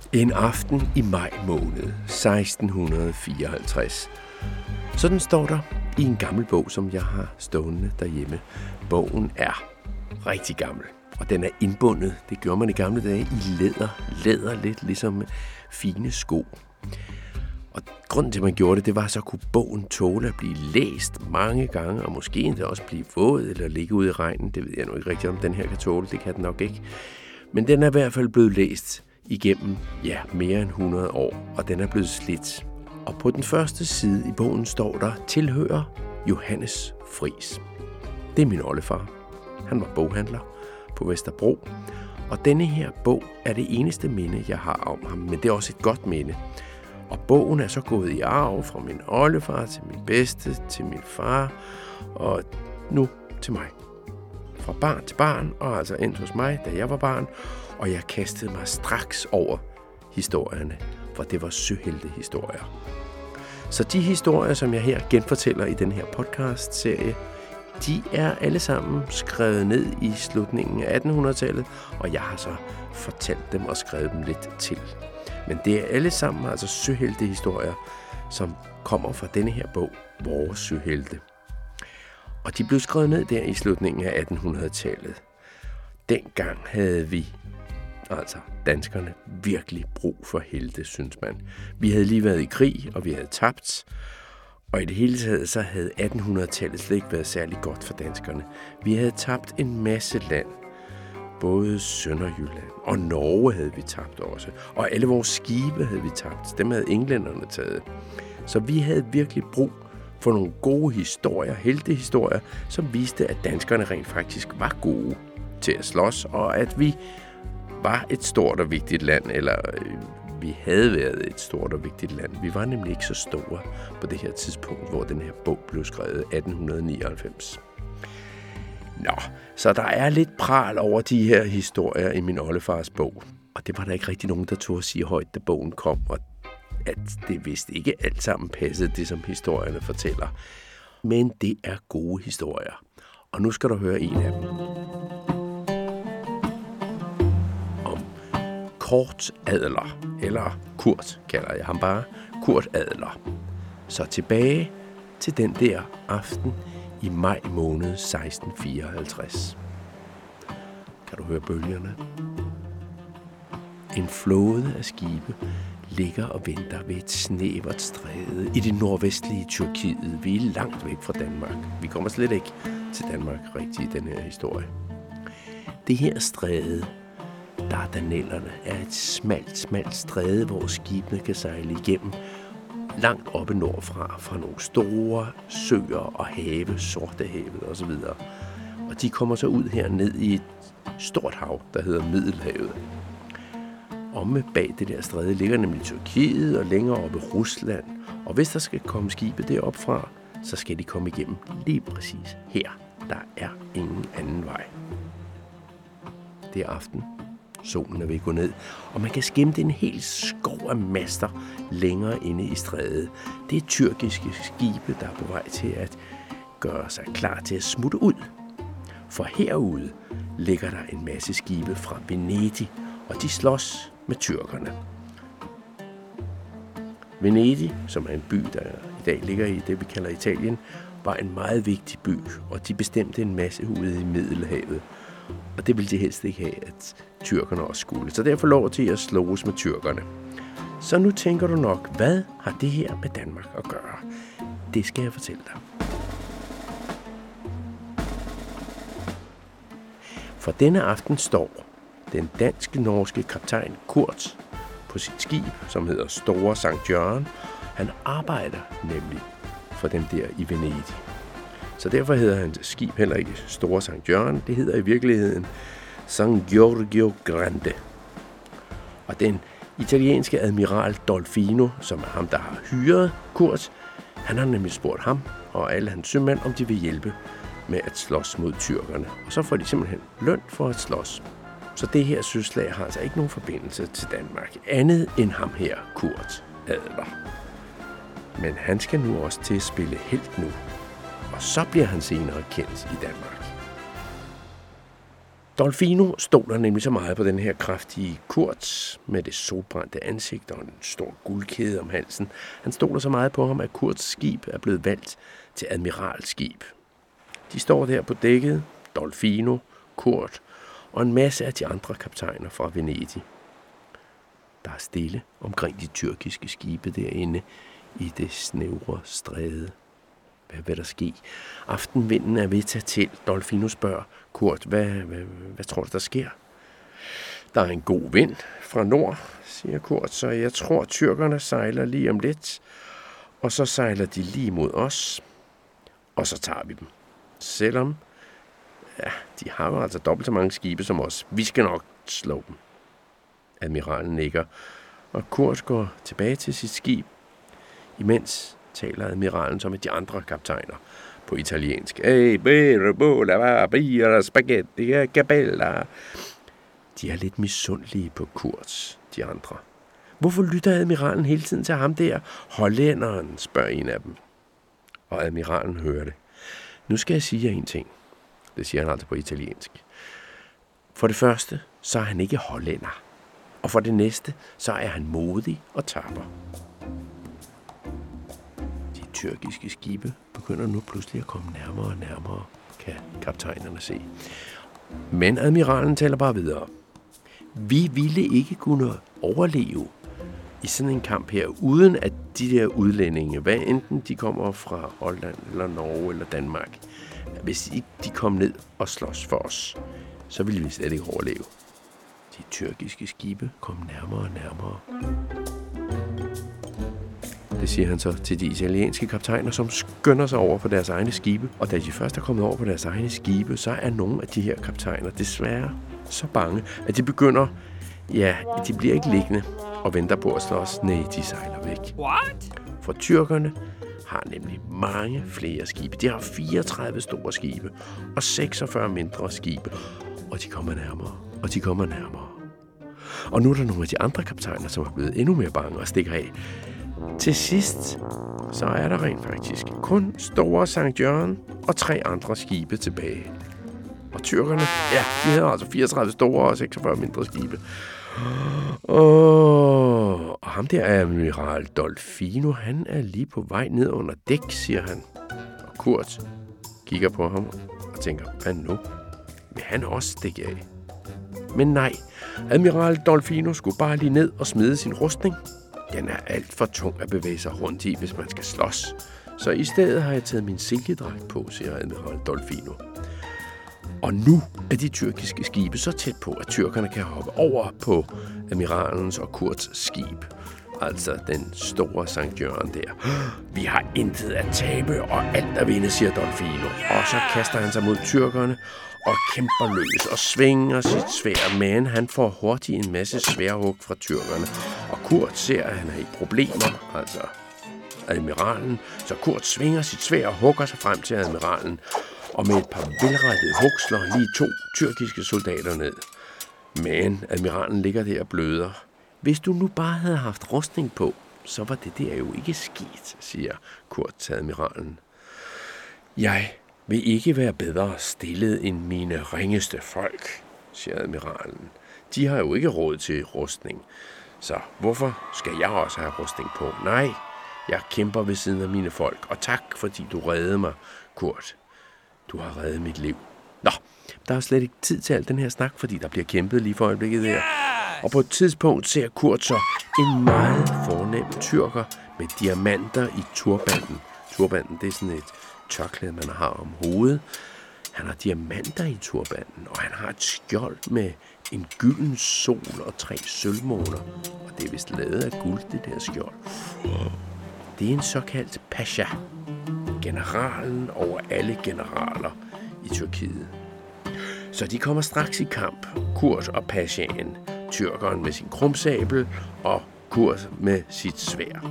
En aften i maj måned 1654. Sådan står der i en gammel bog, som jeg har stående derhjemme. Bogen er rigtig gammel, og den er indbundet. Det gjorde man i gamle dage i læder lidt ligesom fine sko. Og grunden til, at man gjorde det var, så kunne bogen tåle at blive læst mange gange, og måske endda også blive våd eller ligge ude i regnen. Det ved jeg nu ikke rigtigt, om den her kan tåle. Det kan den nok ikke. Men den er i hvert fald blevet læst igennem, mere end 100 år, og den er blevet slidt. Og på den første side i bogen står der, tilhører Johannes Friis. Det er min oldefar. Han var boghandler på Vesterbro, og denne her bog er det eneste minde, jeg har om ham, men det er også et godt minde. Og bogen er så gået i arv fra min oldefar til min bedste, til min far, og nu til mig. Fra barn til barn, og altså endt hos mig, da jeg var barn, og jeg kastede mig straks over historierne, for det var søheltehistorier. Så de historier, som jeg her genfortæller i den her podcast-serie, de er alle sammen skrevet ned i slutningen af 1800-tallet, og jeg har så fortalt dem og skrevet dem lidt til. Men det er alle sammen altså søheltehistorier, som kommer fra denne her bog, Vores Søhelte. Og de blev skrevet ned der i slutningen af 1800-tallet. Dengang havde vi, altså danskerne, virkelig brug for helte, synes man. Vi havde lige været i krig, og vi havde tabt. Og i det hele taget, så havde 1800-tallet slet ikke været særlig godt for danskerne. Vi havde tabt en masse land. Både Sønderjylland og Norge havde vi tabt også. Og alle vores skibe havde vi tabt. Dem havde englænderne taget. Så vi havde virkelig brug for nogle gode historier, heltehistorier, som viste, at danskerne rent faktisk var gode til at slås, og at vi var et stort og vigtigt land, eller vi havde været et stort og vigtigt land. Vi var nemlig ikke så store på det her tidspunkt, hvor den her bog blev skrevet 1899. Nå, så der er lidt pral over de her historier i min oldefars bog. Og det var der ikke rigtig nogen, der turde sige højt, da bogen kom, og at det vist ikke alt sammen passede det, som historierne fortæller. Men det er gode historier. Og nu skal du høre en af dem. Om Kurt Adler, eller Kurt kalder jeg ham bare, Kurt Adler. Så tilbage til den der aften i maj måned 1654. Kan du høre bølgerne? En flåde af skibe ligger og venter ved et snævert stræde i det nordvestlige Tyrkiet. Vi er langt væk fra Danmark. Vi kommer slet ikke til Danmark rigtigt i den her historie. Det her stræde, Dardanellerne, er et smalt stræde, hvor skibene kan sejle igennem langt oppe nordfra, fra nogle store søer og have, Sortehavet osv. Og de kommer så ud her ned i et stort hav, der hedder Middelhavet. Omme bag det der stræde ligger nemlig Tyrkiet og længere oppe Rusland. Og hvis der skal komme skibe derop fra, så skal de komme igennem lige præcis her. Der er ingen anden vej. Det er aften. Solen er ved at gå ned, og man kan skimte en hel skov af master længere inde i strædet. Det er tyrkiske skibe, der er på vej til at gøre sig klar til at smutte ud. For herude ligger der en masse skibe fra Venedig, og de slås med tyrkerne. Venedig, som er en by, der i dag ligger i det, vi kalder Italien, var en meget vigtig by, og de bestemte en masse ude i Middelhavet. Og det ville de helst ikke have, at tyrkerne også skulle. Så derfor lov til at slås med tyrkerne. Så nu tænker du nok, hvad har det her med Danmark at gøre? Det skal jeg fortælle dig. For denne aften står den dansk-norske kaptajn Kurt på sit skib, som hedder Store Sankt Jørgen. Han arbejder nemlig for dem der i Venedig. Så derfor hedder hans skib heller ikke Store Sankt Jørgen. Det hedder i virkeligheden San Giorgio Grande. Og den italienske admiral Dolfino, som er ham, der har hyret Kurt, han har nemlig spurgt ham og alle hans sømænd, om de vil hjælpe med at slås mod tyrkerne. Og så får de simpelthen løn for at slås. Så det her søslag har altså ikke nogen forbindelse til Danmark, andet end ham her, Kurt Adler. Men han skal nu også til at spille helt nu. Og så bliver han senere kendt i Danmark. Dolfino stoler nemlig så meget på den her kraftige Kurt med det solbrændte ansigt og en stor guldkæde om halsen. Han stoler så meget på ham, at Kurts skib er blevet valgt til admiralskib. De står der på dækket, Dolfino, Kurt og en masse af de andre kaptajner fra Venedig. Der er stille omkring de tyrkiske skibe derinde i det snævre stræde. Hvad vil der ske? Aftenvinden er ved at tage til. Dolfino spørger Kurt, hvad tror du, der sker? Der er en god vind fra nord, siger Kurt, så jeg tror, tyrkerne sejler lige om lidt, og så sejler de lige mod os, og så tager vi dem. Selvom, de har jo altså dobbelt så mange skibe som os. Vi skal nok slå dem. Admiralen nikker, og Kurt går tilbage til sit skib. Imens taler admiralen som med de andre kaptajner på italiensk. Spaghetti, cabella. De er lidt misundelige på Kurt, de andre. Hvorfor lytter admiralen hele tiden til ham der? Hollænderen, spørger en af dem. Og admiralen hører det. Nu skal jeg sige jer en ting. Det siger han altså på italiensk. For det første, så er han ikke hollænder. Og for det næste, så er han modig og tapper. De tyrkiske skibe begynder nu pludselig at komme nærmere og nærmere, kan kaptajnerne se. Men admiralen taler bare videre. Vi ville ikke kunne overleve i sådan en kamp her, uden at de der udlændinge, hvad enten de kommer fra Holland eller Norge eller Danmark, hvis ikke de kom ned og slås for os, så ville vi slet ikke overleve. De tyrkiske skibe kom nærmere og nærmere. Det siger han så til de italienske kaptajner, som skynder sig over på deres egne skibe. Og da de først er kommet over på deres egne skibe, så er nogle af de her kaptajner desværre så bange, at de begynder, de bliver ikke liggende og venter på at slås. Nej, de sejler væk. What? For tyrkerne har nemlig mange flere skibe. De har 34 store skibe og 46 mindre skibe. Og de kommer nærmere, og de kommer nærmere. Og nu er der nogle af de andre kaptajner, som er blevet endnu mere bange og stikker af. Til sidst, så er der rent faktisk kun store Sankt Jørgen og 3 andre skibe tilbage. Og tyrkerne, de havde altså 34 store og 46 mindre skibe. Og ham der er admiral Dolfino, han er lige på vej ned under dæk, siger han. Og Kurt kigger på ham og tænker, hvad nu? Vil han også stikke af? Men nej, admiral Dolfino skulle bare lige ned og smide sin rustning. Den er alt for tung at bevæge sig rundt i, hvis man skal slås. Så i stedet har jeg taget min silkedragt på, siger admiral Dolfino. Og nu er de tyrkiske skibe så tæt på, at tyrkerne kan hoppe over på admiralens og Kurts skib. Altså den store Sankt Jørgen der. Vi har intet at tabe og alt at vinde, siger Dolfino. Og så kaster han sig mod tyrkerne og kæmper løs og svinger sit sværd. Men han får hurtigt en masse sværhug fra tyrkerne. Og Kurt ser, at han er i problemer, altså admiralen. Så Kurt svinger sit sværd og hugger sig frem til admiralen. Og med et par velrettede hug slår lige 2 tyrkiske soldater ned. Men admiralen ligger der og bløder. Hvis du nu bare havde haft rustning på, så var det der jo ikke sket, siger Kurt til admiralen. Jeg vil ikke være bedre stillet end mine ringeste folk, siger admiralen. De har jo ikke råd til rustning, så hvorfor skal jeg også have rustning på? Nej, jeg kæmper ved siden af mine folk, og tak fordi du reddede mig, Kurt. Du har reddet mit liv. Nå, der er slet ikke tid til al den her snak, fordi der bliver kæmpet lige for øjeblikket der. Og på et tidspunkt ser Kurt så en meget fornem tyrker med diamanter i turbanden. Turbanden, det er sådan et tørklæde, man har om hovedet. Han har diamanter i turbanden, og han har et skjold med en gylden sol og 3 sølvmåner. Og det er vist lavet af guld, det der skjold. Det er en såkaldt pasha. Generalen over alle generaler i Tyrkiet. Så de kommer straks i kamp, Kurt og pashaen. Tyrkeren med sin krumsabel og Kurt med sit sværd.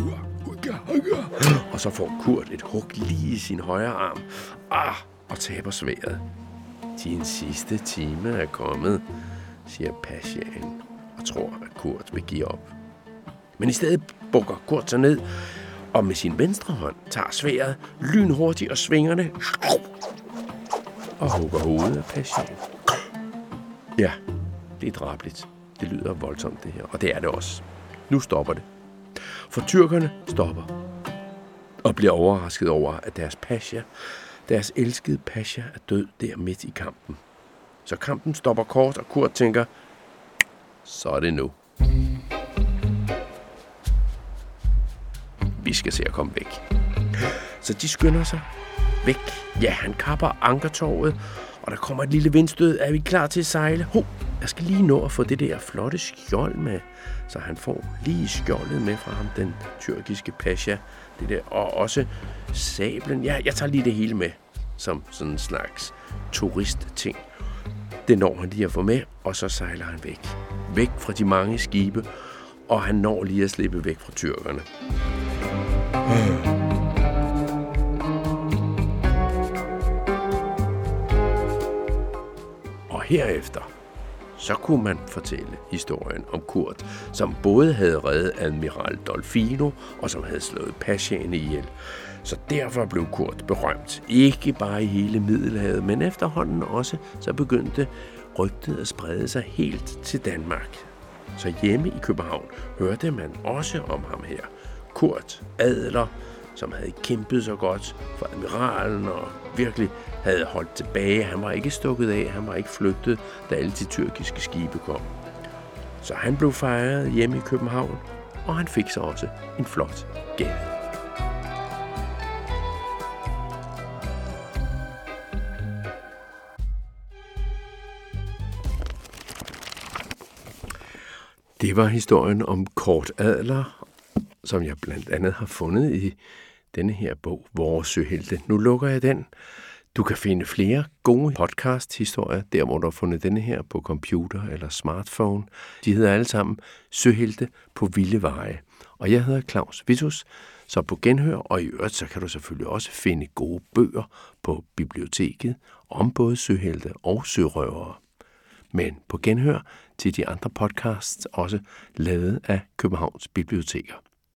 Og så får Kurt et hug lige i sin højre arm og taber sværdet. Din sidste time er kommet, siger pashaen og tror, at Kurt vil give op. Men i stedet bukker Kurt sig ned og med sin venstre hånd tager sværdet lynhurtigt og svinger det og hugger hovedet af pashaen. Ja, det er drabeligt. Det lyder voldsomt, det her. Og det er det også. Nu stopper det. For tyrkerne stopper. Og bliver overrasket over, at deres pasha, deres elskede pasha, er død der midt i kampen. Så kampen stopper kort, og Kurt tænker, så er det nu. Vi skal se at komme væk. Så de skynder sig væk. Ja, han kapper ankertorvet, og der kommer et lille vindstød. Er vi klar til at sejle? Jeg skal lige nå at få det der flotte skjold med, så han får lige skjoldet med fra ham, den tyrkiske pasha. Det der, og også sablen. Ja, jeg tager lige det hele med, som sådan en slags turistting. Det når han lige at få med, og så sejler han væk. Væk fra de mange skibe, og han når lige at slippe væk fra tyrkerne. Og herefter, så kunne man fortælle historien om Kurt, som både havde reddet admiral Dolfino, og som havde slået pashaen ihjel. Så derfor blev Kurt berømt. Ikke bare i hele Middelhavet, men efterhånden også, så begyndte rygtet at sprede sig helt til Danmark. Så hjemme i København hørte man også om ham her. Kurt Adler, som havde kæmpet så godt for admiralen og virkelig havde holdt tilbage. Han var ikke stukket af, han var ikke flygtet, da alle de tyrkiske skibe kom. Så han blev fejret hjemme i København, og han fik så også en flot gave. Det var historien om Kurt Adler, som jeg blandt andet har fundet i denne her bog, Vores Søhelte. Nu lukker jeg den. Du kan finde flere gode podcast-historier, der hvor du har fundet denne her på computer eller smartphone. De hedder alle sammen Søhelte på vilde veje. Og jeg hedder Claus Vittus, så på genhør, og i øvrigt så kan du selvfølgelig også finde gode bøger på biblioteket om både søhelte og sørøvere. Men på genhør til de andre podcasts, også lavet af Københavns Biblioteker.